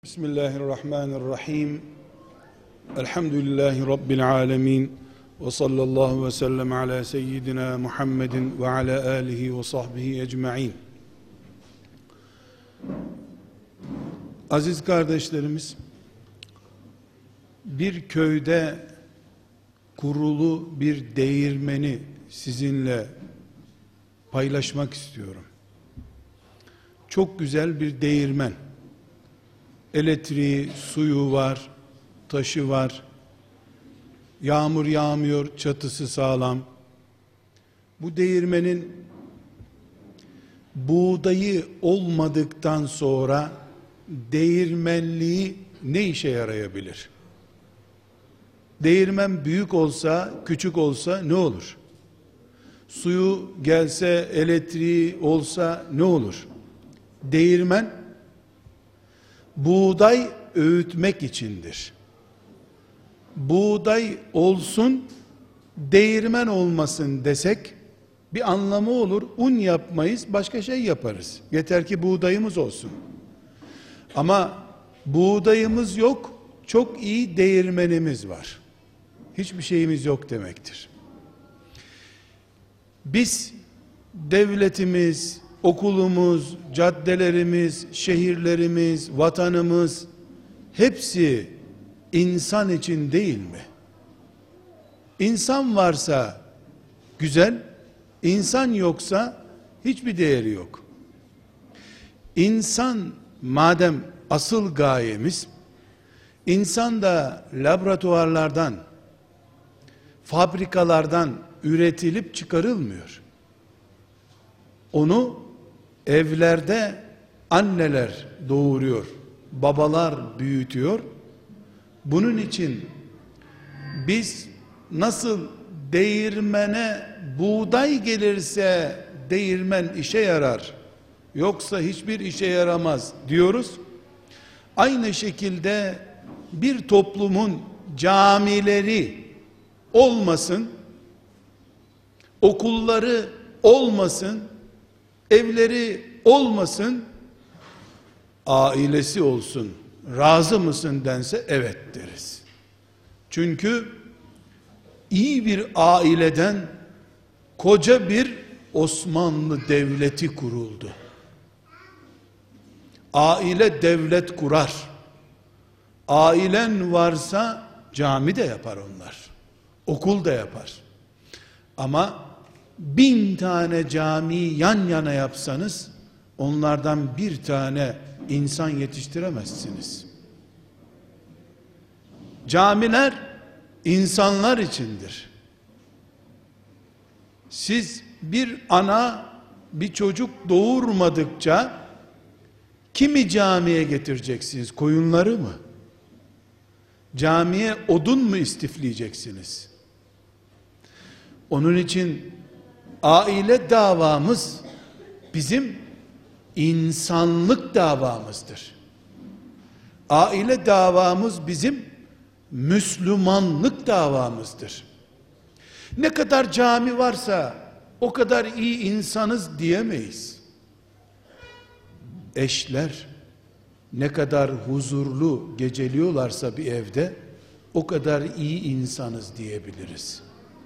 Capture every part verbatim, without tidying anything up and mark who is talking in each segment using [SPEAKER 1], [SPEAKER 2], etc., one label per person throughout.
[SPEAKER 1] Bismillahirrahmanirrahim. Elhamdülillahi Rabbil alemin. Ve sallallahu ve sellem ala seyyidina Muhammedin ve ala alihi ve sahbihi ecma'in. Aziz kardeşlerimiz, bir köyde kurulu bir değirmeni sizinle paylaşmak istiyorum. Çok güzel bir değirmen. Elektriği, suyu var, taşı var. Yağmur yağmıyor, çatısı sağlam. Bu değirmenin buğdayı olmadıktan sonra değirmenliği ne işe yarayabilir? Değirmen büyük olsa, küçük olsa ne olur? Suyu gelse, elektriği olsa ne olur? Değirmen buğday öğütmek içindir. Buğday olsun, değirmen olmasın desek bir anlamı olur. Un yapmayız, başka şey yaparız. Yeter ki buğdayımız olsun. Ama buğdayımız yok, çok iyi değirmenimiz var. Hiçbir şeyimiz yok demektir. Biz, devletimiz, okulumuz, caddelerimiz, şehirlerimiz, vatanımız hepsi insan için değil mi? İnsan varsa güzel, insan yoksa hiçbir değeri yok. İnsan madem asıl gayemiz, insan da laboratuvarlardan, fabrikalardan üretilip çıkarılmıyor. Onu evlerde anneler doğuruyor, babalar büyütüyor. Bunun için biz nasıl değirmene buğday gelirse değirmen işe yarar, yoksa hiçbir işe yaramaz diyoruz. Aynı şekilde bir toplumun camileri olmasın, okulları olmasın, evleri olmasın, ailesi olsun, razı mısın dense evet deriz. Çünkü iyi bir aileden koca bir Osmanlı devleti kuruldu. Aile devlet kurar. Ailen varsa cami de yapar onlar. Okul da yapar. Ama bin tane camiyi yan yana yapsanız onlardan bir tane insan yetiştiremezsiniz. Camiler insanlar içindir. Siz bir ana bir çocuk doğurmadıkça kimi camiye getireceksiniz? Koyunları mı? Camiye odun mu istifleyeceksiniz? Onun için aile davamız bizim insanlık davamızdır. Aile davamız bizim Müslümanlık davamızdır. Ne kadar cami varsa o kadar iyi insanız diyemeyiz. Eşler ne kadar huzurlu geceliyorlarsa bir evde o kadar iyi insanız diyebiliriz.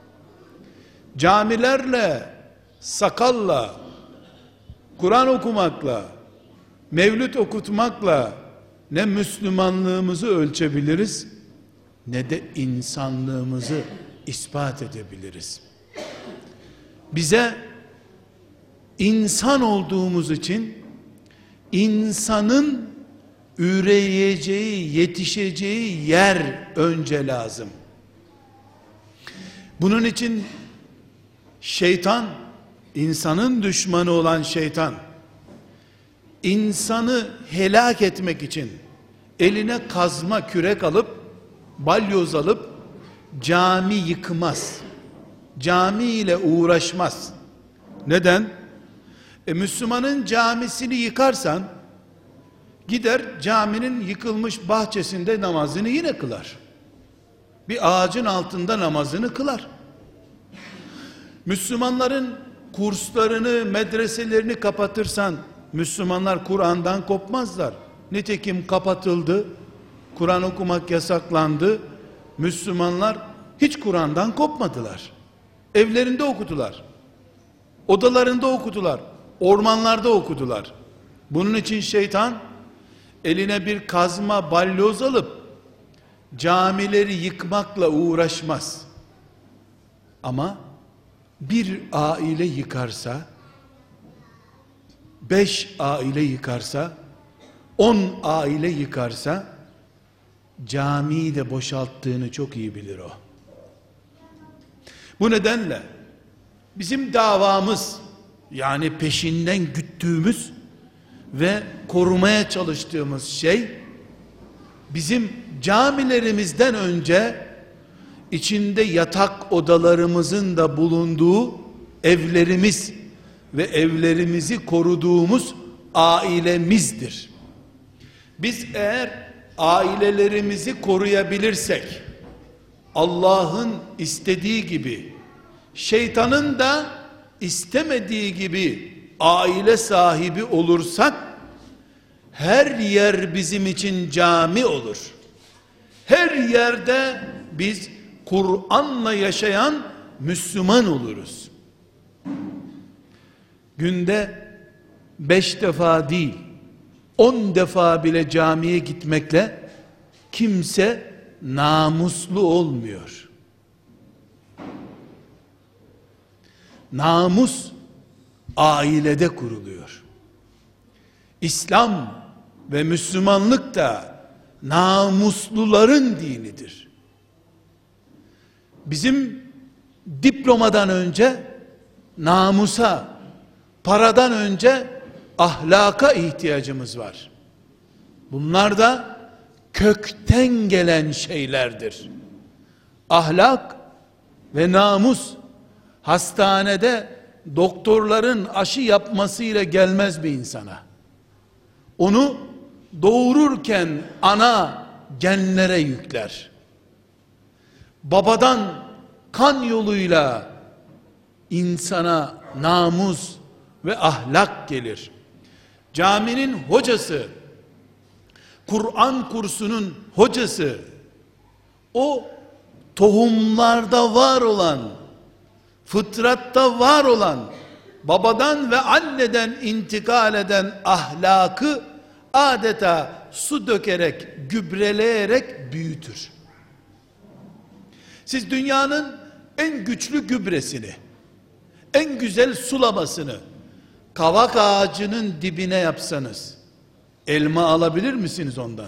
[SPEAKER 1] Camilerle, sakalla, Kur'an okumakla, mevlüt okutmakla ne Müslümanlığımızı ölçebiliriz, ne de insanlığımızı ispat edebiliriz. Bize insan olduğumuz için insanın üreyeceği, yetişeceği yer önce lazım. Bunun için şeytan, insanın düşmanı olan şeytan, insanı helak etmek için eline kazma kürek alıp, balyoz alıp cami yıkmaz. Cami ile uğraşmaz. Neden? E, Müslümanın camisini yıkarsan gider caminin yıkılmış bahçesinde namazını yine kılar. Bir ağacın altında namazını kılar. Müslümanların kurslarını, medreselerini kapatırsan Müslümanlar Kur'an'dan kopmazlar. Nitekim kapatıldı, Kur'an okumak yasaklandı. Müslümanlar hiç Kur'an'dan kopmadılar. Evlerinde okudular, odalarında okudular, ormanlarda okudular. Bunun için şeytan eline bir kazma, balyoz alıp camileri yıkmakla uğraşmaz. Ama bir aile yıkarsa, beş aile yıkarsa, on aile yıkarsa, camiyi de boşalttığını çok iyi bilir o. Bu nedenle bizim davamız, yani peşinden güttüğümüz ve korumaya çalıştığımız şey, bizim camilerimizden önce içinde yatak odalarımızın da bulunduğu evlerimiz ve evlerimizi koruduğumuz ailemizdir. Biz eğer ailelerimizi koruyabilirsek, Allah'ın istediği gibi, şeytanın da istemediği gibi aile sahibi olursak, her yer bizim için cami olur. Her yerde biz Kur'an'la yaşayan Müslüman oluruz. Günde beş defa değil, on defa bile camiye gitmekle kimse namuslu olmuyor. Namus ailede kuruluyor. İslam ve Müslümanlık da namusluların dinidir. Bizim diplomadan önce namusa, paradan önce ahlaka ihtiyacımız var. Bunlar da kökten gelen şeylerdir. Ahlak ve namus hastanede doktorların aşı yapmasıyla gelmez bir insana. Onu doğururken ana genlere yükler. Babadan kan yoluyla insana namus ve ahlak gelir. Caminin hocası, Kur'an kursunun hocası, o tohumlarda var olan, fıtratta var olan, babadan ve anneden intikal eden ahlakı adeta su dökerek, gübreleyerek büyütür. Siz dünyanın en güçlü gübresini, en güzel sulamasını kavak ağacının dibine yapsanız, elma alabilir misiniz ondan?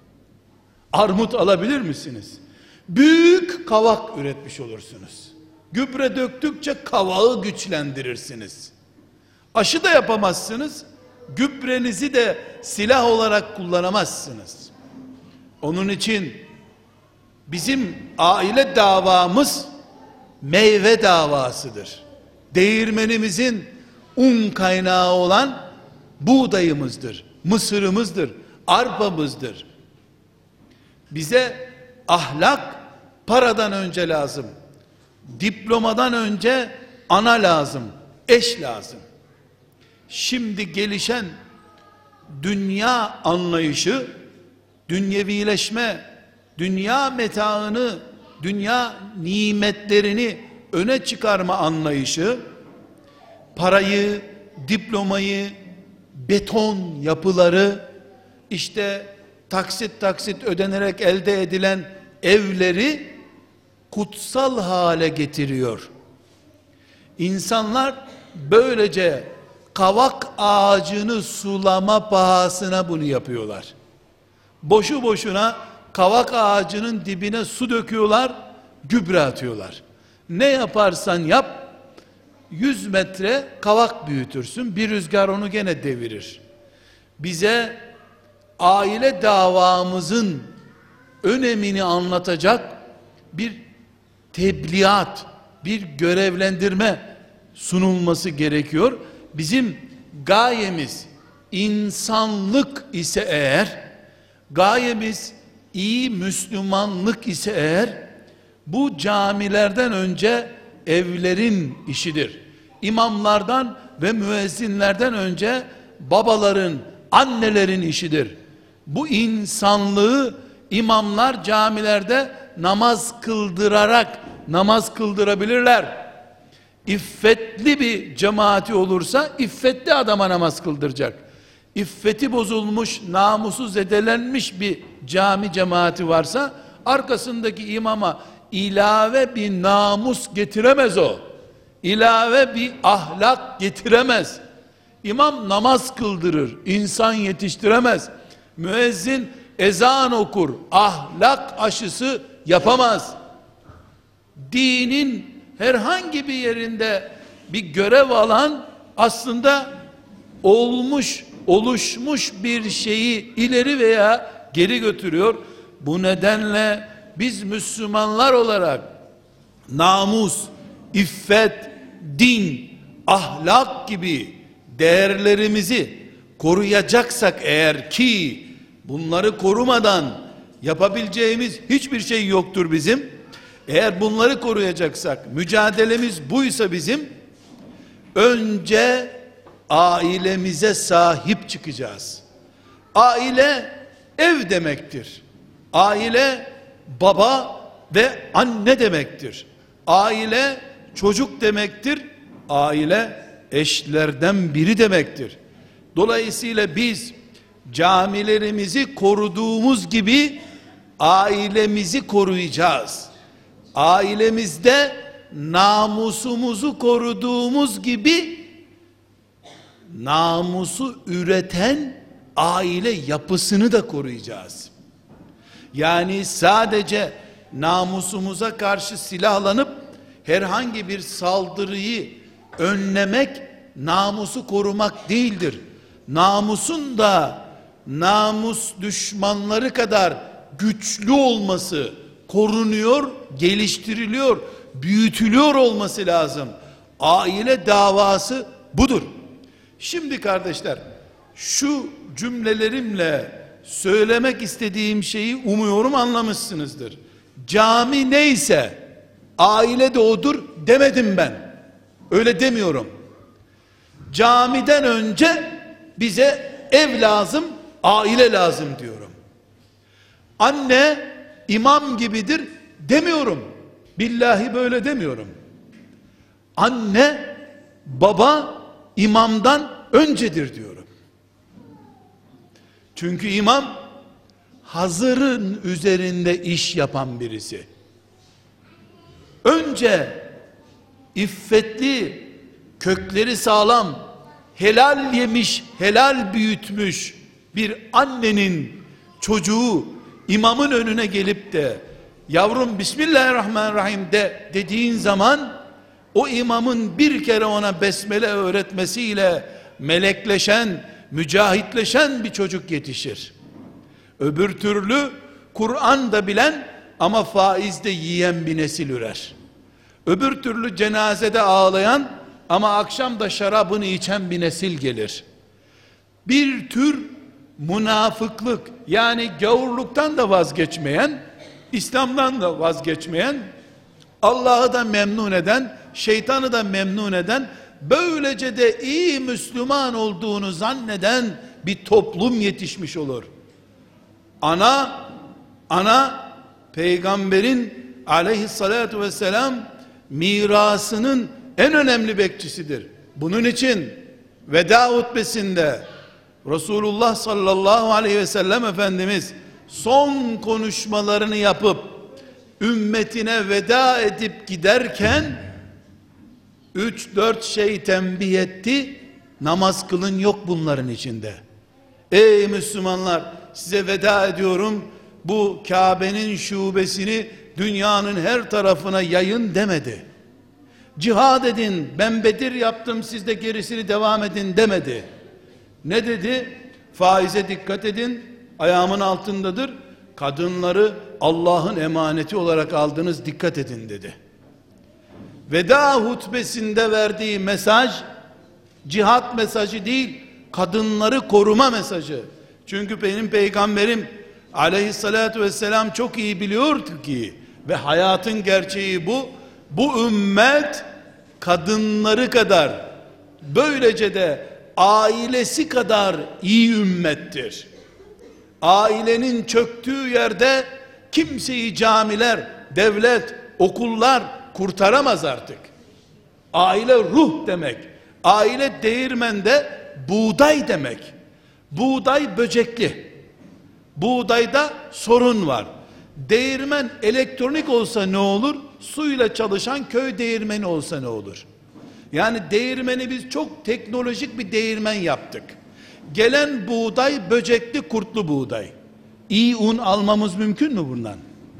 [SPEAKER 1] Armut alabilir misiniz? Büyük kavak üretmiş olursunuz. Gübre döktükçe kavağı güçlendirirsiniz. Aşı da yapamazsınız, gübrenizi de silah olarak kullanamazsınız. Onun için bizim aile davamız meyve davasıdır. Değirmenimizin un kaynağı olan buğdayımızdır, mısırımızdır, arpamızdır. Bize ahlak paradan önce lazım. Diplomadan önce ana lazım, eş lazım. Şimdi gelişen dünya anlayışı, dünyevileşme, dünya metaını, dünya nimetlerini öne çıkarma anlayışı, parayı, diplomayı, beton yapıları, işte taksit taksit ödenerek elde edilen evleri kutsal hale getiriyor. İnsanlar böylece kavak ağacını sulama pahasına bunu yapıyorlar. Boşu boşuna kavak ağacının dibine su döküyorlar, gübre atıyorlar. Ne yaparsan yap, yüz metre kavak büyütürsün, bir rüzgar onu gene devirir. Bize aile davamızın önemini anlatacak bir tebliğat, bir görevlendirme sunulması gerekiyor. Bizim gayemiz insanlık ise eğer, gayemiz iyi Müslümanlık ise eğer, bu camilerden önce evlerin işidir. İmamlardan ve müezzinlerden önce babaların, annelerin işidir. Bu insanlığı imamlar camilerde namaz kıldırarak namaz kıldırabilirler. İffetli bir cemaati olursa iffetli adama namaz kıldıracak. İffeti bozulmuş, namusu zedelenmiş bir cami cemaati varsa arkasındaki imama ilave bir namus getiremez o. İlave bir ahlak getiremez. İmam namaz kıldırır, insan yetiştiremez. Müezzin ezan okur, ahlak aşısı yapamaz. Dinin herhangi bir yerinde bir görev alan aslında olmuş, oluşmuş bir şeyi ileri veya geri götürüyor. Bu nedenle biz Müslümanlar olarak namus, iffet, din, ahlak gibi değerlerimizi koruyacaksak eğer ki bunları korumadan yapabileceğimiz hiçbir şey yoktur bizim. Eğer bunları koruyacaksak, mücadelemiz buysa bizim, önce ailemize sahip çıkacağız. Aile ev demektir. Aile baba ve anne demektir. Aile çocuk demektir. Aile eşlerden biri demektir. Dolayısıyla biz camilerimizi koruduğumuz gibi ailemizi koruyacağız. Ailemizde namusumuzu koruduğumuz gibi namusu üreten aile yapısını da koruyacağız. Yani sadece namusumuza karşı silahlanıp herhangi bir saldırıyı önlemek namusu korumak değildir. Namusun da namus düşmanları kadar güçlü olması, korunuyor, geliştiriliyor, büyütülüyor olması lazım. Aile davası budur. Şimdi kardeşler, şu cümlelerimle söylemek istediğim şeyi umuyorum anlamışsınızdır. Cami neyse aile de odur demedim ben. Öyle demiyorum. Camiden önce bize ev lazım, aile lazım diyorum. Anne imam gibidir demiyorum. Billahi böyle demiyorum. Anne baba imamdan öncedir diyorum. Çünkü imam hazırın üzerinde iş yapan birisi. Önce iffetli, kökleri sağlam, helal yemiş, helal büyütmüş bir annenin çocuğu imamın önüne gelip de yavrum Bismillahirrahmanirrahim de dediğin zaman o imamın bir kere ona besmele öğretmesiyle melekleşen, mücahitleşen bir çocuk yetişir. Öbür türlü Kur'an da bilen ama faizde yiyen bir nesil ürer. Öbür türlü cenazede ağlayan ama akşam da şarabını içen bir nesil gelir. Bir tür münafıklık, yani gavurluktan da vazgeçmeyen, İslam'dan da vazgeçmeyen, Allah'ı da memnun eden, şeytanı da memnun eden, böylece de iyi Müslüman olduğunu zanneden bir toplum yetişmiş olur. Ana, ana peygamberin aleyhissalatu vesselam mirasının en önemli bekçisidir. Bunun için veda hutbesinde Resulullah sallallahu aleyhi ve sellem Efendimiz son konuşmalarını yapıp ümmetine veda edip giderken üç dört şey tembih etti. Namaz kılın yok bunların içinde. Ey Müslümanlar, size veda ediyorum, bu Kabe'nin şubesini dünyanın her tarafına yayın demedi. Cihad edin, ben Bedir yaptım, siz de gerisini devam edin demedi. Ne dedi? Faize dikkat edin, ayağımın altındadır. Kadınları Allah'ın emaneti olarak aldınız, dikkat edin dedi. Veda hutbesinde verdiği mesaj cihat mesajı değil, kadınları koruma mesajı. Çünkü benim peygamberim aleyhissalatu vesselam çok iyi biliyordu ki, ve hayatın gerçeği bu, bu ümmet kadınları kadar, böylece de ailesi kadar iyi ümmettir. Ailenin çöktüğü yerde kimseyi camiler, devlet, okullar kurtaramaz artık. Aile ruh demek. Aile değirmende buğday demek. Buğday böcekli. Buğdayda sorun var. Değirmen elektronik olsa ne olur? Suyla çalışan köy değirmeni olsa ne olur? Yani değirmeni biz çok teknolojik bir değirmen yaptık. Gelen buğday böcekli, kurtlu buğday. İyi un almamız mümkün mü bundan?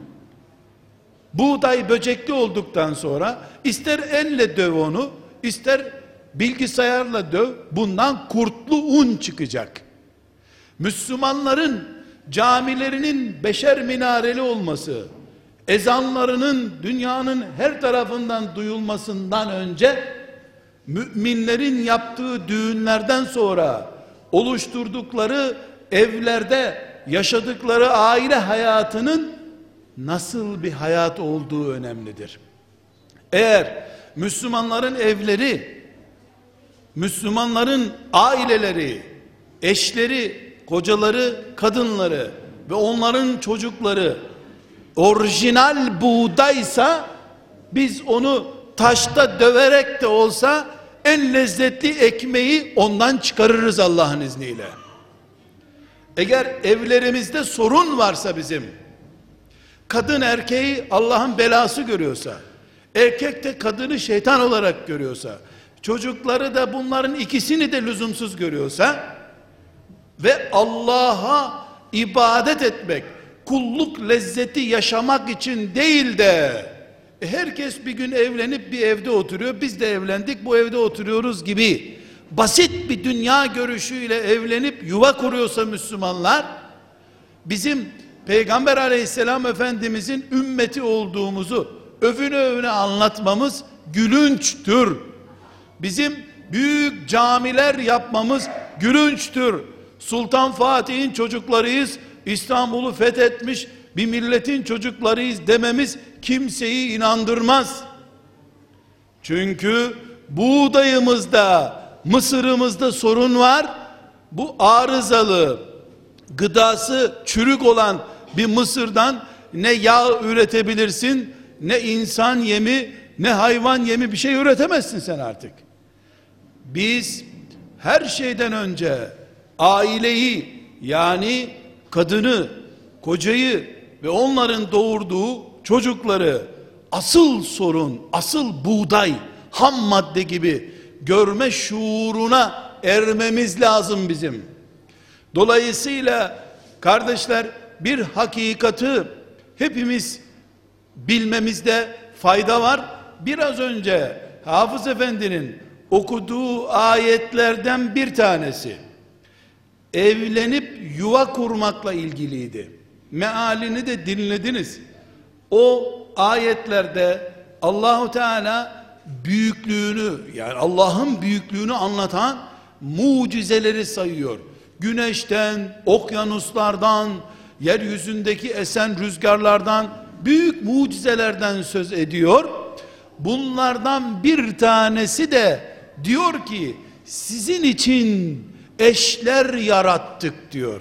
[SPEAKER 1] Buğday böcekli olduktan sonra ister elle döv onu, ister bilgisayarla döv, bundan kurtlu un çıkacak. Müslümanların camilerinin beşer minareli olması, ezanlarının dünyanın her tarafından duyulmasından önce, müminlerin yaptığı düğünlerden sonra oluşturdukları evlerde yaşadıkları aile hayatının nasıl bir hayat olduğu önemlidir. Eğer Müslümanların evleri, Müslümanların aileleri, eşleri, kocaları, kadınları ve onların çocukları orijinal buğdaysa, biz onu taşta döverek de olsa en lezzetli ekmeği ondan çıkarırız Allah'ın izniyle. Eğer evlerimizde sorun varsa, bizim kadın erkeği Allah'ın belası görüyorsa, erkek de kadını şeytan olarak görüyorsa, çocukları da bunların ikisini de lüzumsuz görüyorsa ve Allah'a ibadet etmek, kulluk lezzeti yaşamak için değil de herkes bir gün evlenip bir evde oturuyor, biz de evlendik bu evde oturuyoruz gibi basit bir dünya görüşüyle evlenip yuva kuruyorsa Müslümanlar, bizim Peygamber aleyhisselam efendimizin ümmeti olduğumuzu övüne övüne anlatmamız gülünçtür. Bizim büyük camiler yapmamız gülünçtür. Sultan Fatih'in çocuklarıyız, İstanbul'u fethetmiş bir milletin çocuklarıyız dememiz kimseyi inandırmaz. Çünkü buğdayımızda, mısırımızda sorun var. Bu arızalı, gıdası çürük olan bir mısırdan ne yağ üretebilirsin, ne insan yemi, ne hayvan yemi bir şey üretemezsin sen artık. Biz her şeyden önce aileyi, yani kadını, kocayı ve onların doğurduğu çocukları asıl sorun, asıl buğday, ham madde gibi görme şuuruna ermemiz lazım bizim. Dolayısıyla kardeşler, bir hakikati hepimiz bilmemizde fayda var. Biraz önce Hafız Efendi'nin okuduğu ayetlerden bir tanesi evlenip yuva kurmakla ilgiliydi. Mealini de dinlediniz. O ayetlerde Allahu Teala büyüklüğünü, yani Allah'ın büyüklüğünü anlatan mucizeleri sayıyor. Güneşten, okyanuslardan, yeryüzündeki esen rüzgarlardan, büyük mucizelerden söz ediyor. Bunlardan bir tanesi de diyor ki, sizin için eşler yarattık diyor.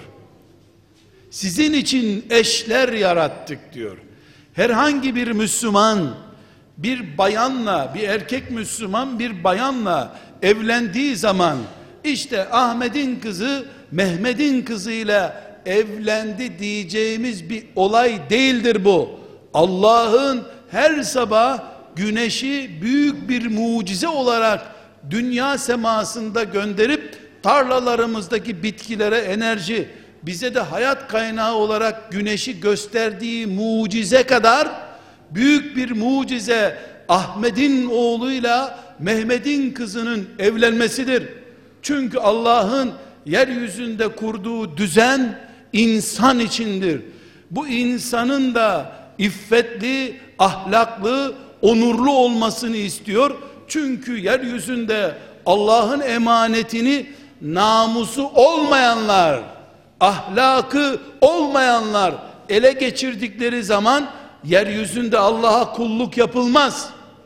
[SPEAKER 1] Sizin için eşler yarattık diyor. Herhangi bir Müslüman bir bayanla, bir erkek Müslüman bir bayanla evlendiği zaman, işte Ahmet'in kızı Mehmet'in kızıyla evlendi diyeceğimiz bir olay değildir bu. Allah'ın her sabah güneşi büyük bir mucize olarak dünya semasında gönderip tarlalarımızdaki bitkilere enerji, bize de hayat kaynağı olarak güneşi gösterdiği mucize kadar büyük bir mucize Ahmet'in oğluyla Mehmet'in kızının evlenmesidir. Çünkü Allah'ın yeryüzünde kurduğu düzen insan içindir. Bu insanın da iffetli, ahlaklı, onurlu olmasını istiyor. Çünkü yeryüzünde Allah'ın emanetini namusu olmayanlar, ahlakı olmayanlar ele geçirdikleri zaman yeryüzünde Allah'a kulluk yapılmaz.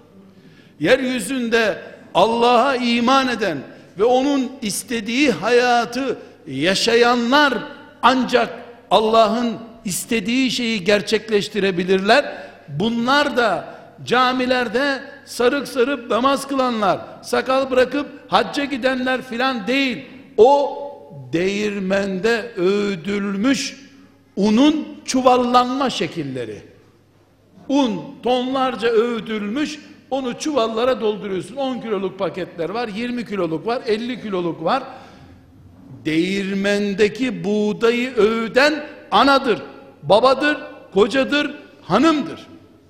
[SPEAKER 1] Yeryüzünde Allah'a iman eden ve onun istediği hayatı yaşayanlar ancak Allah'ın istediği şeyi gerçekleştirebilirler. Bunlar da camilerde sarık sarıp namaz kılanlar, sakal bırakıp hacca gidenler filan değil. O değirmende öğüdülmüş unun çuvallanma şekilleri. Un tonlarca öğüdülmüş, onu çuvallara dolduruyorsun. on kiloluk paketler var, yirmi kiloluk var, elli kiloluk var. Değirmendeki buğdayı öğüden anadır, babadır, kocadır, hanımdır.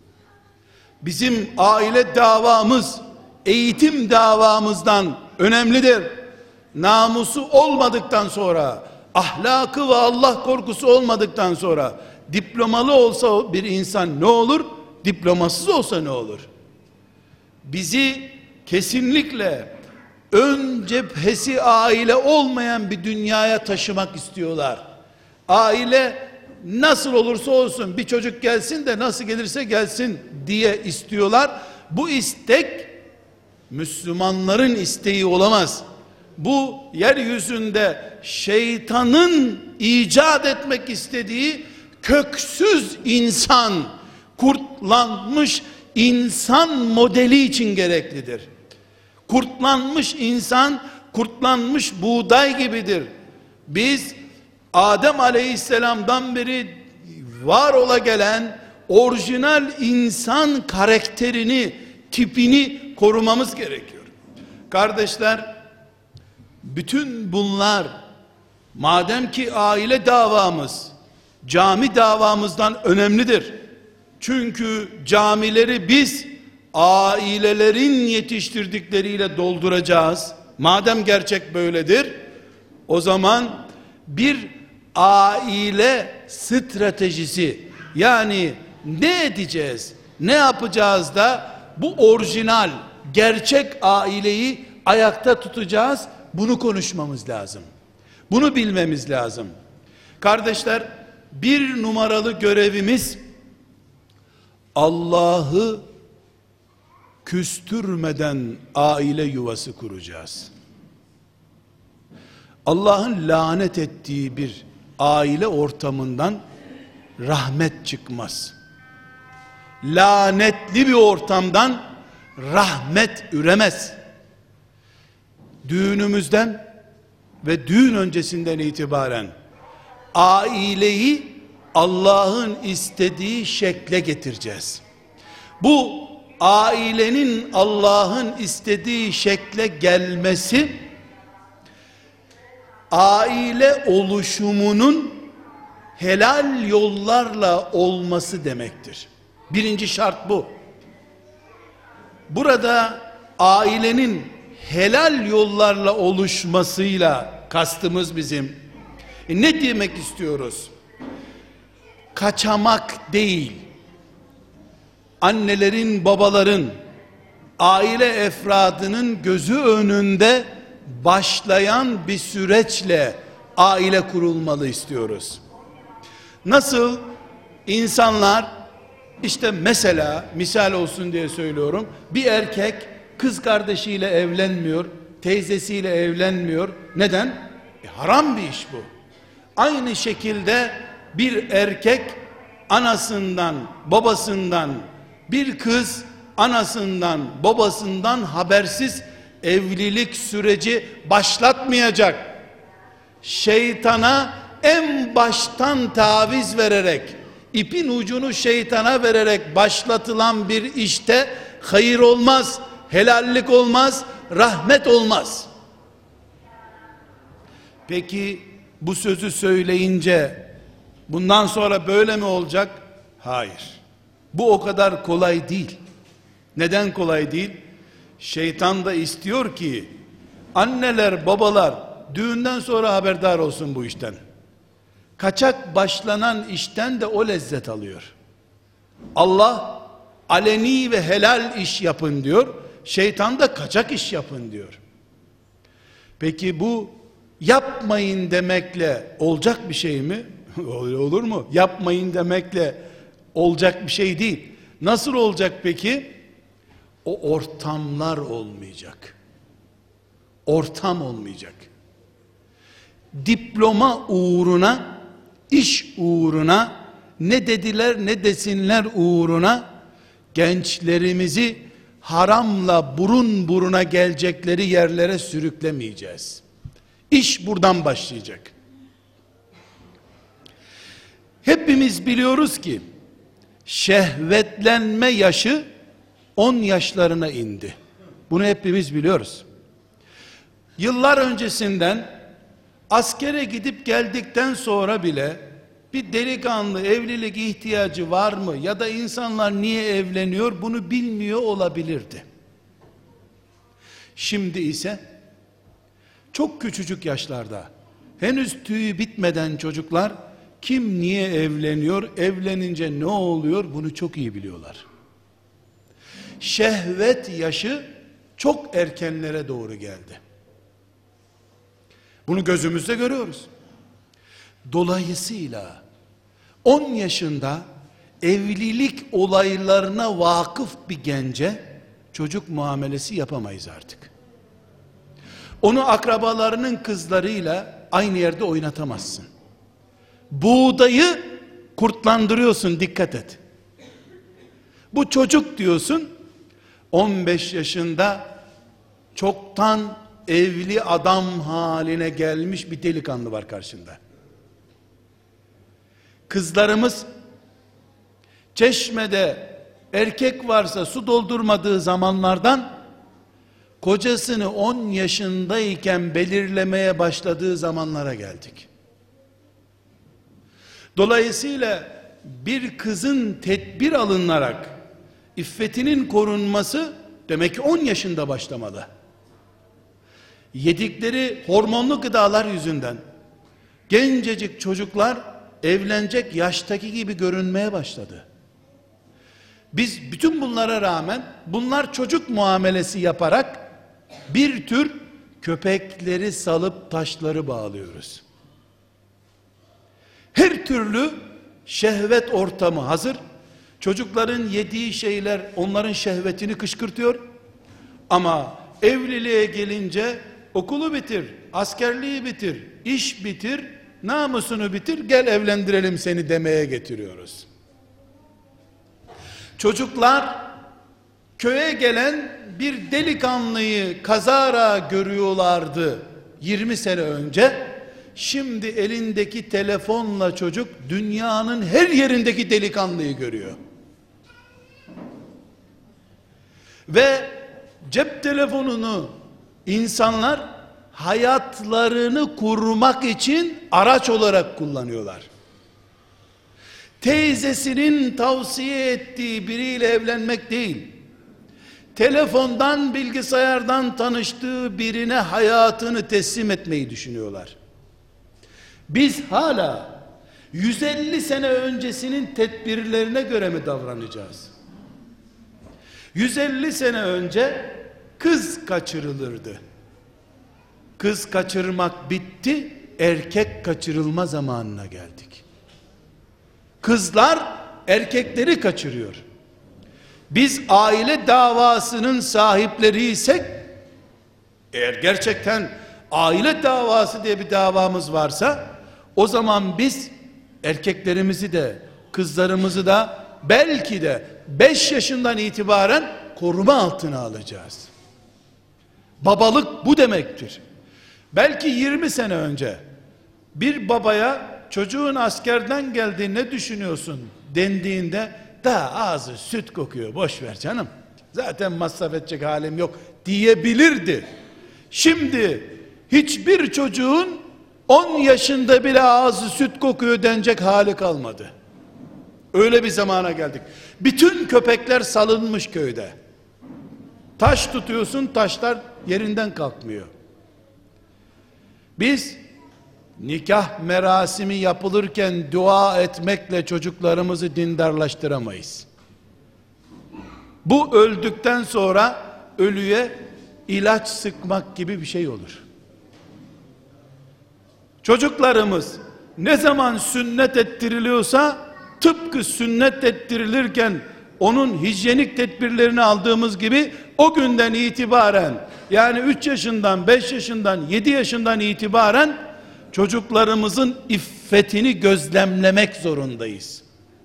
[SPEAKER 1] Bizim aile davamız, eğitim davamızdan önemlidir. Namusu olmadıktan sonra, ahlakı ve Allah korkusu olmadıktan sonra, diplomalı olsa bir insan ne olur? Diplomasız olsa ne olur? Bizi kesinlikle ön cephesi aile olmayan bir dünyaya taşımak istiyorlar. Aile nasıl olursa olsun, bir çocuk gelsin de nasıl gelirse gelsin diye istiyorlar. Bu istek Müslümanların isteği olamaz. Bu yeryüzünde şeytanın icat etmek istediği köksüz insan, kurtlanmış insan modeli için gereklidir. Kurtlanmış insan, kurtlanmış buğday gibidir. Biz Adem Aleyhisselam'dan beri var ola gelen orijinal insan karakterini, tipini korumamız gerekiyor. Kardeşler, bütün bunlar madem ki aile davamız cami davamızdan önemlidir. Çünkü camileri biz ailelerin yetiştirdikleriyle dolduracağız. Madem gerçek böyledir, o zaman bir aile stratejisi, yani ne edeceğiz, ne yapacağız da bu orijinal, gerçek aileyi ayakta tutacağız, bunu konuşmamız lazım. Bunu bilmemiz lazım. Kardeşler, bir numaralı görevimiz Allah'ı küstürmeden aile yuvası kuracağız. Allah'ın lanet ettiği bir aile ortamından rahmet çıkmaz. Lanetli bir ortamdan rahmet üremez. Düğünümüzden ve düğün öncesinden itibaren aileyi Allah'ın istediği şekle getireceğiz. Bu ailenin Allah'ın istediği şekle gelmesi, aile oluşumunun helal yollarla olması demektir. Birinci şart bu. Burada ailenin helal yollarla oluşmasıyla kastımız bizim. E ne demek istiyoruz? Kaçamak değil. Annelerin, babaların, aile efradının gözü önünde başlayan bir süreçle aile kurulmalı istiyoruz. Nasıl insanlar, işte mesela misal olsun diye söylüyorum, bir erkek kız kardeşiyle evlenmiyor, teyzesiyle evlenmiyor. Neden? E, haram bir iş bu. Aynı şekilde bir erkek anasından, babasından, bir kız anasından, babasından habersiz evlilik süreci başlatmayacak. Şeytana en baştan taviz vererek, ipin ucunu şeytana vererek başlatılan bir işte hayır olmaz, helallik olmaz, rahmet olmaz. Peki bu sözü söyleyince bundan sonra böyle mi olacak? Hayır. Bu o kadar kolay değil. Neden kolay değil? Şeytan da istiyor ki anneler, babalar düğünden sonra haberdar olsun bu işten. Kaçak başlanan işten de o lezzet alıyor. Allah aleni ve helal iş yapın diyor. Şeytan da kaçak iş yapın diyor. Peki bu yapmayın demekle olacak bir şey mi? Olur mu? Yapmayın demekle olacak bir şey değil. Nasıl olacak peki? O ortamlar olmayacak. Ortam olmayacak. Diploma uğruna iş uğruna, ne dediler ne desinler uğruna gençlerimizi haramla burun buruna gelecekleri yerlere sürüklemeyeceğiz. İş buradan başlayacak. Hepimiz biliyoruz ki şehvetlenme yaşı on yaşlarına indi. Bunu hepimiz biliyoruz. Yıllar öncesinden askere gidip geldikten sonra bile bir delikanlı evlilik ihtiyacı var mı ya da insanlar niye evleniyor bunu bilmiyor olabilirdi. Şimdi ise çok küçücük yaşlarda henüz tüyü bitmeden çocuklar kim niye evleniyor, evlenince ne oluyor bunu çok iyi biliyorlar. Şehvet yaşı çok erkenlere doğru geldi. Bunu gözümüzde görüyoruz. Dolayısıyla on yaşında evlilik olaylarına vakıf bir gence çocuk muamelesi yapamayız artık. Onu akrabalarının kızlarıyla aynı yerde oynatamazsın. Buğdayı kurtlandırıyorsun, dikkat et. Bu çocuk diyorsun, on beş yaşında çoktan evli adam haline gelmiş bir delikanlı var karşında. Kızlarımız çeşmede erkek varsa su doldurmadığı zamanlardan kocasını on yaşındayken belirlemeye başladığı zamanlara geldik. Dolayısıyla bir kızın tedbir alınarak iffetinin korunması demek ki on yaşında başlamalı. Yedikleri hormonlu gıdalar yüzünden gencecik çocuklar evlenecek yaştaki gibi görünmeye başladı. Biz bütün bunlara rağmen bunlar çocuk muamelesi yaparak bir tür köpekleri salıp taşları bağlıyoruz. Her türlü şehvet ortamı hazır. Çocukların yediği şeyler onların şehvetini kışkırtıyor. Ama evliliğe gelince okulu bitir, askerliği bitir, iş bitir, namusunu bitir, gel evlendirelim seni demeye getiriyoruz. Çocuklar köye gelen bir delikanlıyı kazara görüyorlardı yirmi sene önce. Şimdi elindeki telefonla çocuk dünyanın her yerindeki delikanlıyı görüyor. Ve cep telefonunu insanlar hayatlarını kurmak için araç olarak kullanıyorlar. Teyzesinin tavsiye ettiği biriyle evlenmek değil, telefondan, bilgisayardan tanıştığı birine hayatını teslim etmeyi düşünüyorlar. Biz hala yüz elli sene öncesinin tedbirlerine göre mi davranacağız? yüz elli sene önce kız kaçırılırdı. Kız kaçırmak bitti, erkek kaçırılma zamanına geldik. Kızlar erkekleri kaçırıyor. Biz aile davasının sahipleriysek, eğer gerçekten aile davası diye bir davamız varsa, o zaman biz erkeklerimizi de kızlarımızı da belki de beş yaşından itibaren koruma altına alacağız. Babalık bu demektir. Belki yirmi sene önce bir babaya çocuğun askerden geldi ne düşünüyorsun dendiğinde daha ağzı süt kokuyor, boş ver canım, zaten masraf edecek halim yok diyebilirdi. Şimdi hiçbir çocuğun on yaşında bile ağzı süt kokuyor denecek hali kalmadı. Öyle bir zamana geldik. Bütün köpekler salınmış köyde. Taş tutuyorsun, taşlar yerinden kalkmıyor. Biz nikah merasimi yapılırken dua etmekle çocuklarımızı dindarlaştıramayız. Bu öldükten sonra ölüye ilaç sıkmak gibi bir şey olur. Çocuklarımız ne zaman sünnet ettiriliyorsa, tıpkı sünnet ettirilirken onun hijyenik tedbirlerini aldığımız gibi o günden itibaren, yani üç yaşından, beş yaşından, yedi yaşından itibaren çocuklarımızın iffetini gözlemlemek zorundayız.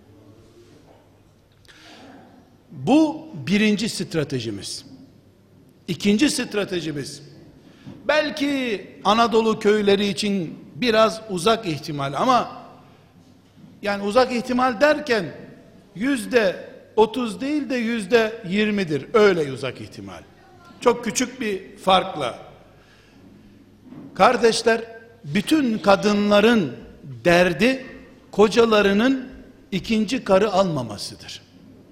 [SPEAKER 1] Bu birinci stratejimiz. İkinci stratejimiz, belki Anadolu köyleri için biraz uzak ihtimal ama yani uzak ihtimal derken yüzde otuz değil de yüzde yirmidir. Öyle uzak ihtimal. Çok küçük bir farkla. Kardeşler, bütün kadınların derdi kocalarının ikinci karı almamasıdır.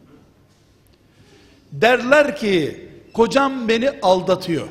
[SPEAKER 1] Derler ki kocam beni aldatıyor.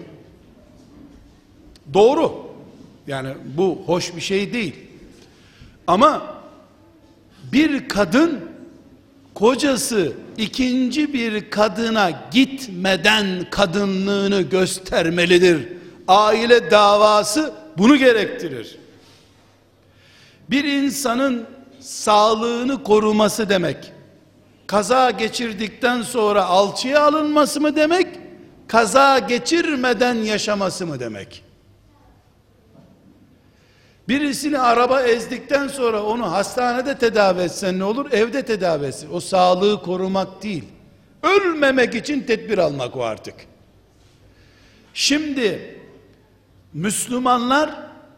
[SPEAKER 1] Doğru. Yani bu hoş bir şey değil. Ama bir kadın kocası ikinci bir kadına gitmeden kadınlığını göstermelidir. Aile davası bunu gerektirir. Bir insanın sağlığını koruması demek, kaza geçirdikten sonra alçıya alınması mı demek, kaza geçirmeden yaşaması mı demek? Birisini araba ezdikten sonra onu hastanede tedavi etsen ne olur? Evde tedavi etsin. O sağlığı korumak değil. Ölmemek için tedbir almak o artık. Şimdi Müslümanlar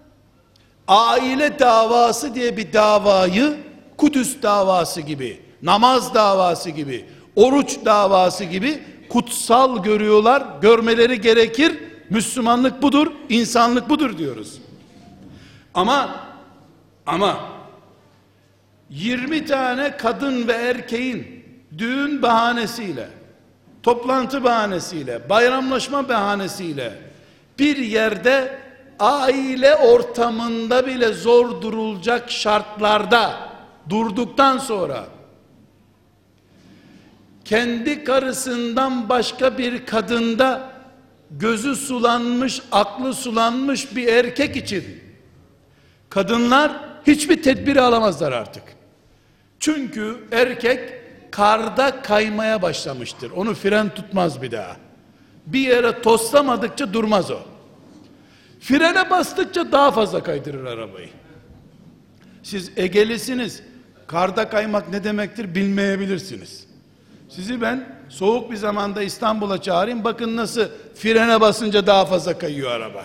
[SPEAKER 1] aile davası diye bir davayı Kudüs davası gibi, namaz davası gibi, oruç davası gibi kutsal görüyorlar. Görmeleri gerekir. Müslümanlık budur, insanlık budur diyoruz. Ama ama yirmi tane kadın ve erkeğin düğün bahanesiyle, toplantı bahanesiyle, bayramlaşma bahanesiyle bir yerde aile ortamında bile zor durulacak şartlarda durduktan sonra kendi karısından başka bir kadında gözü sulanmış, aklı sulanmış bir erkek için kadınlar hiçbir tedbiri alamazlar artık. Çünkü erkek karda kaymaya başlamıştır. Onu fren tutmaz bir daha. Bir yere toslamadıkça durmaz o. Frene bastıkça daha fazla kaydırır arabayı. Siz Egelisiniz. Karda kaymak ne demektir bilmeyebilirsiniz. Sizi ben soğuk bir zamanda İstanbul'a çağırayım. Bakın nasıl frene basınca daha fazla kayıyor araba.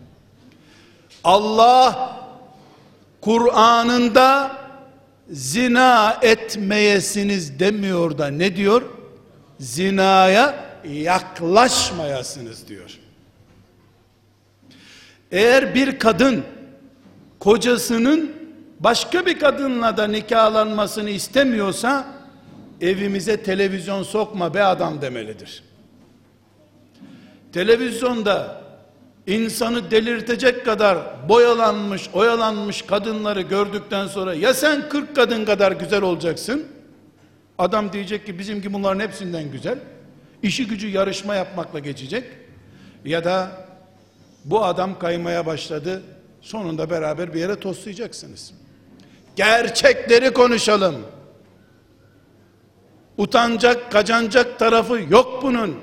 [SPEAKER 1] Allah Kur'an'ında zina etmeyesiniz demiyor da ne diyor? Zinaya yaklaşmayasınız diyor. Eğer bir kadın kocasının başka bir kadınla da nikahlanmasını istemiyorsa evimize televizyon sokma be adam demelidir. Televizyonda insanı delirtecek kadar boyalanmış, oyalanmış kadınları gördükten sonra ya sen kırk kadın kadar güzel olacaksın, adam diyecek ki bizimki bunların hepsinden güzel, işi gücü yarışma yapmakla geçecek, ya da bu adam kaymaya başladı, sonunda beraber bir yere toslayacaksınız. Gerçekleri konuşalım. Utanacak, kacanacak tarafı yok bunun.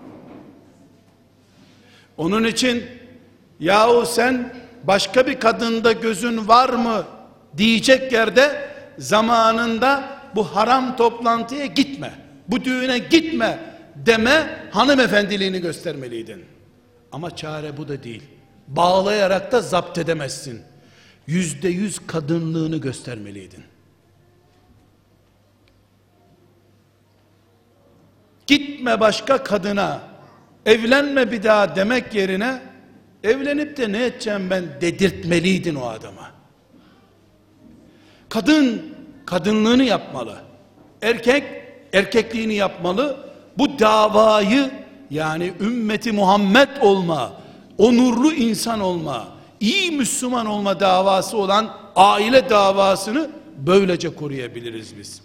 [SPEAKER 1] Onun için yahu sen başka bir kadında gözün var mı diyecek yerde zamanında bu haram toplantıya gitme, bu düğüne gitme deme hanımefendiliğini göstermeliydin. Ama çare bu da değil. Bağlayarak da zapt edemezsin. Yüzde yüz kadınlığını göstermeliydin. Gitme başka kadına, evlenme bir daha demek yerine evlenip de ne edeceğim ben dedirtmeliydin o adama. Kadın kadınlığını yapmalı. Erkek erkekliğini yapmalı. Bu davayı, yani ümmeti Muhammed olma, onurlu insan olma, iyi Müslüman olma davası olan aile davasını böylece koruyabiliriz biz.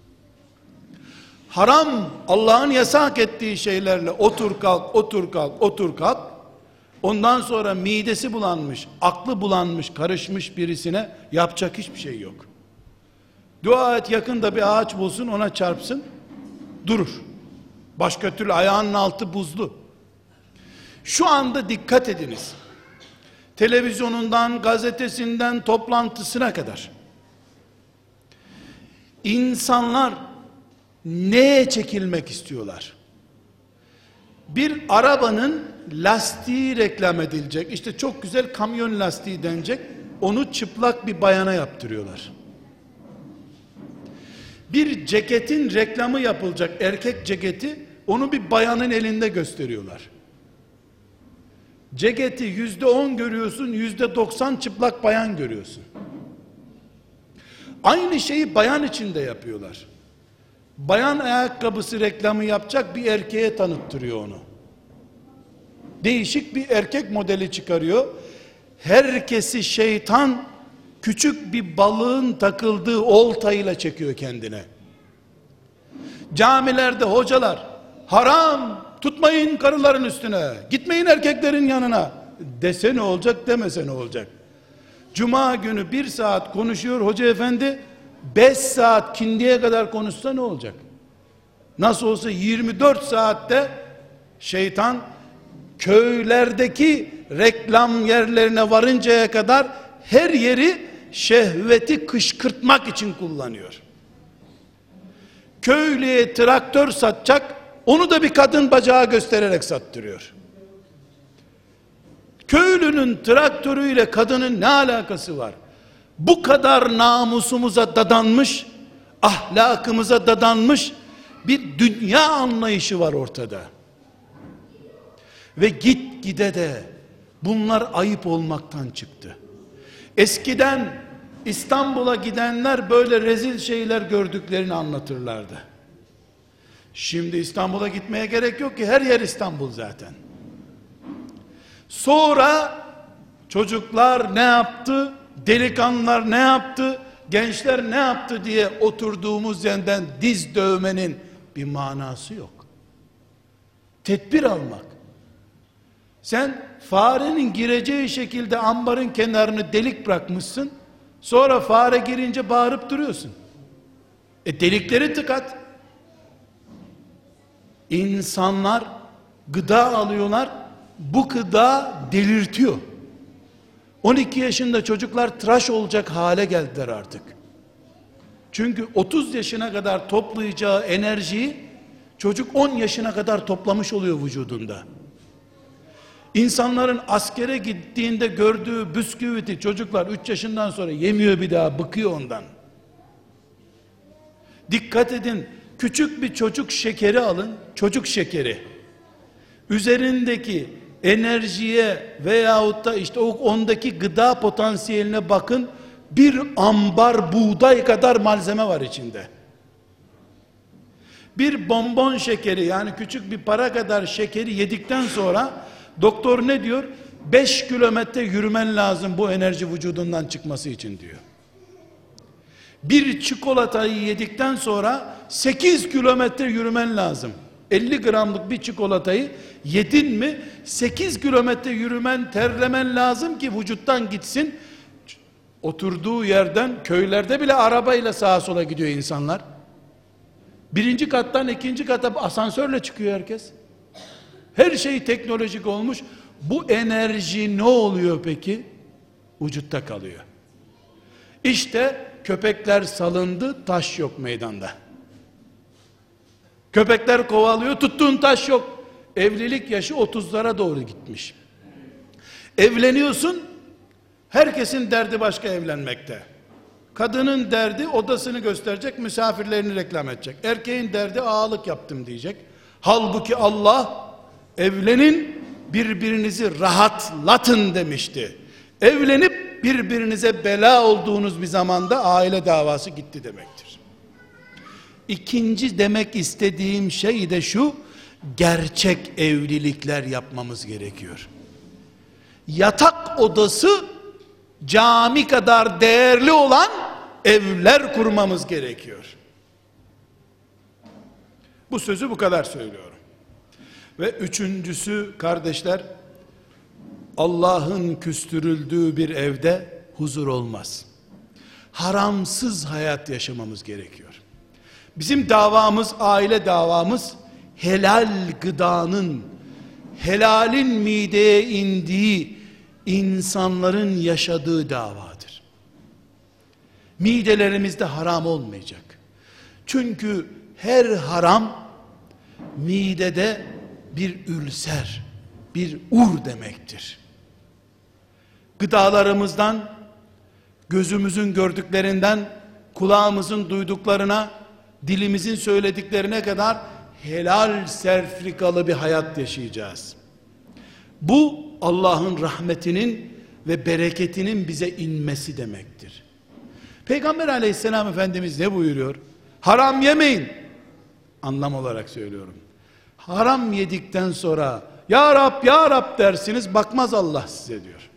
[SPEAKER 1] Haram, Allah'ın yasak ettiği şeylerle otur kalk, otur kalk, otur kalk, ondan sonra midesi bulanmış, aklı bulanmış, karışmış birisine yapacak hiçbir şey yok. Dua et yakında bir ağaç bulsun, ona çarpsın, durur. Başka türlü ayağının altı buzlu. Şu anda dikkat ediniz. televizyonundan, gazetesinden, toplantısına kadar. İnsanlar neye çekilmek istiyorlar? Bir arabanın lastiği reklam edilecek. İşte çok güzel kamyon lastiği denecek. Onu çıplak bir bayana yaptırıyorlar. Bir ceketin reklamı yapılacak, erkek ceketi, onu bir bayanın elinde gösteriyorlar. Ceketi yüzde on görüyorsun, yüzde doksan çıplak bayan görüyorsun. Aynı şeyi bayan için de yapıyorlar. Bayan ayakkabısı reklamı yapacak, bir erkeğe tanıttırıyor onu. Değişik bir erkek modeli çıkarıyor. Herkesi şeytan küçük bir balığın takıldığı oltayla çekiyor kendine. Camilerde hocalar haram, tutmayın karıların üstüne, gitmeyin erkeklerin yanına dese ne olacak, demese ne olacak? Cuma günü bir saat konuşuyor hoca efendi, beş saat kindiye kadar konuşsa ne olacak? Nasıl olsa yirmi dört saatte şeytan köylerdeki reklam yerlerine varıncaya kadar her yeri şehveti kışkırtmak için kullanıyor. Köylüye traktör satacak, onu da bir kadın bacağı göstererek sattırıyor. Köylünün traktörüyle kadının ne alakası var? Bu kadar namusumuza dadanmış, ahlakımıza dadanmış bir dünya anlayışı var ortada. Ve git gide de bunlar ayıp olmaktan çıktı. Eskiden İstanbul'a gidenler böyle rezil şeyler gördüklerini anlatırlardı. Şimdi İstanbul'a gitmeye gerek yok ki, her yer İstanbul zaten. Sonra çocuklar ne yaptı, delikanlılar ne yaptı, gençler ne yaptı diye oturduğumuz yerden diz dövmenin bir manası yok. Tedbir almak. Sen farenin gireceği şekilde ambarın kenarını delik bırakmışsın, sonra fare girince bağırıp duruyorsun. E delikleri tıkat. İnsanlar gıda alıyorlar, bu gıda delirtiyor. on iki yaşında çocuklar tıraş olacak hale geldiler artık. Çünkü otuz yaşına kadar toplayacağı enerjiyi çocuk on yaşına kadar toplamış oluyor vücudunda. İnsanların askere gittiğinde gördüğü bisküviti çocuklar üç yaşından sonra yemiyor, bir daha bıkıyor ondan. Dikkat edin, küçük bir çocuk şekeri alın, çocuk şekeri. Üzerindeki enerjiye veyahut da işte o ondaki gıda potansiyeline bakın, bir ambar buğday kadar malzeme var içinde. Bir bonbon şekeri, yani küçük bir para kadar şekeri yedikten sonra doktor ne diyor? beş kilometre yürümen lazım bu enerji vücudundan çıkması için diyor. Bir çikolatayı yedikten sonra sekiz kilometre yürümen lazım. elli gramlık bir çikolatayı yedin mi sekiz kilometre yürümen, terlemen lazım ki vücuttan gitsin. Oturduğu yerden, köylerde bile arabayla sağa sola gidiyor insanlar. Birinci kattan ikinci kata asansörle çıkıyor herkes. Her şey teknolojik olmuş. Bu enerji ne oluyor peki? Vücutta kalıyor. İşte köpekler salındı, taş yok meydanda. Köpekler kovalıyor, tuttuğun taş yok. Evlilik yaşı otuzlara doğru gitmiş. Evleniyorsun, herkesin derdi başka evlenmekte. Kadının derdi odasını gösterecek, misafirlerini reklam edecek. Erkeğin derdi ağalık yaptım diyecek. Halbuki Allah evlenin, birbirinizi rahatlatın demişti. Evlenip birbirinize bela olduğunuz bir zamanda aile davası gitti demektir. İkinci demek istediğim şey de şu: gerçek evlilikler yapmamız gerekiyor. Yatak odası cami kadar değerli olan evler kurmamız gerekiyor. Bu sözü bu kadar söylüyorum. Ve üçüncüsü kardeşler, Allah'ın küstürüldüğü bir evde huzur olmaz. Haramsız hayat yaşamamız gerekiyor. Bizim davamız, aile davamız, helal gıdanın, helalin mideye indiği insanların yaşadığı davadır. Midelerimizde haram olmayacak. Çünkü her haram midede bir ülser, bir ur demektir. Gıdalarımızdan, gözümüzün gördüklerinden, kulağımızın duyduklarına, dilimizin söylediklerine kadar helal serfrikalı bir hayat yaşayacağız. Bu Allah'ın rahmetinin ve bereketinin bize inmesi demektir. Peygamber aleyhisselam Efendimiz ne buyuruyor? Haram yemeyin. Anlam olarak söylüyorum. Haram yedikten sonra ya Rab ya Rab dersiniz, bakmaz Allah size diyor.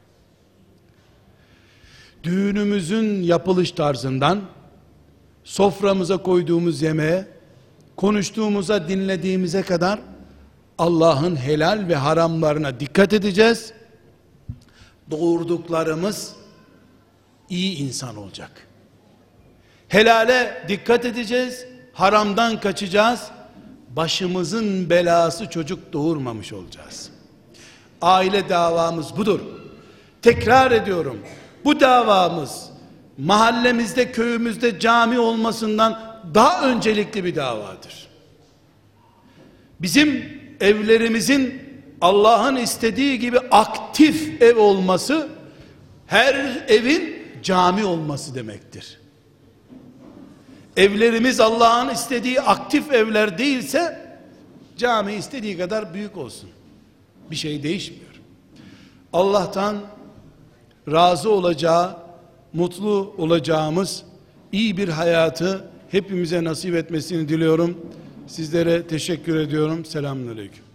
[SPEAKER 1] Düğünümüzün yapılış tarzından soframıza koyduğumuz yemeğe, konuştuğumuza, dinlediğimize kadar Allah'ın helal ve haramlarına dikkat edeceğiz. Doğurduklarımız iyi insan olacak. Helale dikkat edeceğiz, haramdan kaçacağız. Başımızın belası çocuk doğurmamış olacağız. Aile davamız budur. Tekrar ediyorum. Bu davamız mahallemizde, köyümüzde cami olmasından daha öncelikli bir davadır. Bizim evlerimizin Allah'ın istediği gibi aktif ev olması, her evin cami olması demektir. Evlerimiz Allah'ın istediği aktif evler değilse, cami istediği kadar büyük olsun, bir şey değişmiyor. Allah'tan razı olacağı, mutlu olacağımız iyi bir hayatı hepimize nasip etmesini diliyorum. Sizlere teşekkür ediyorum. Selamünaleyküm.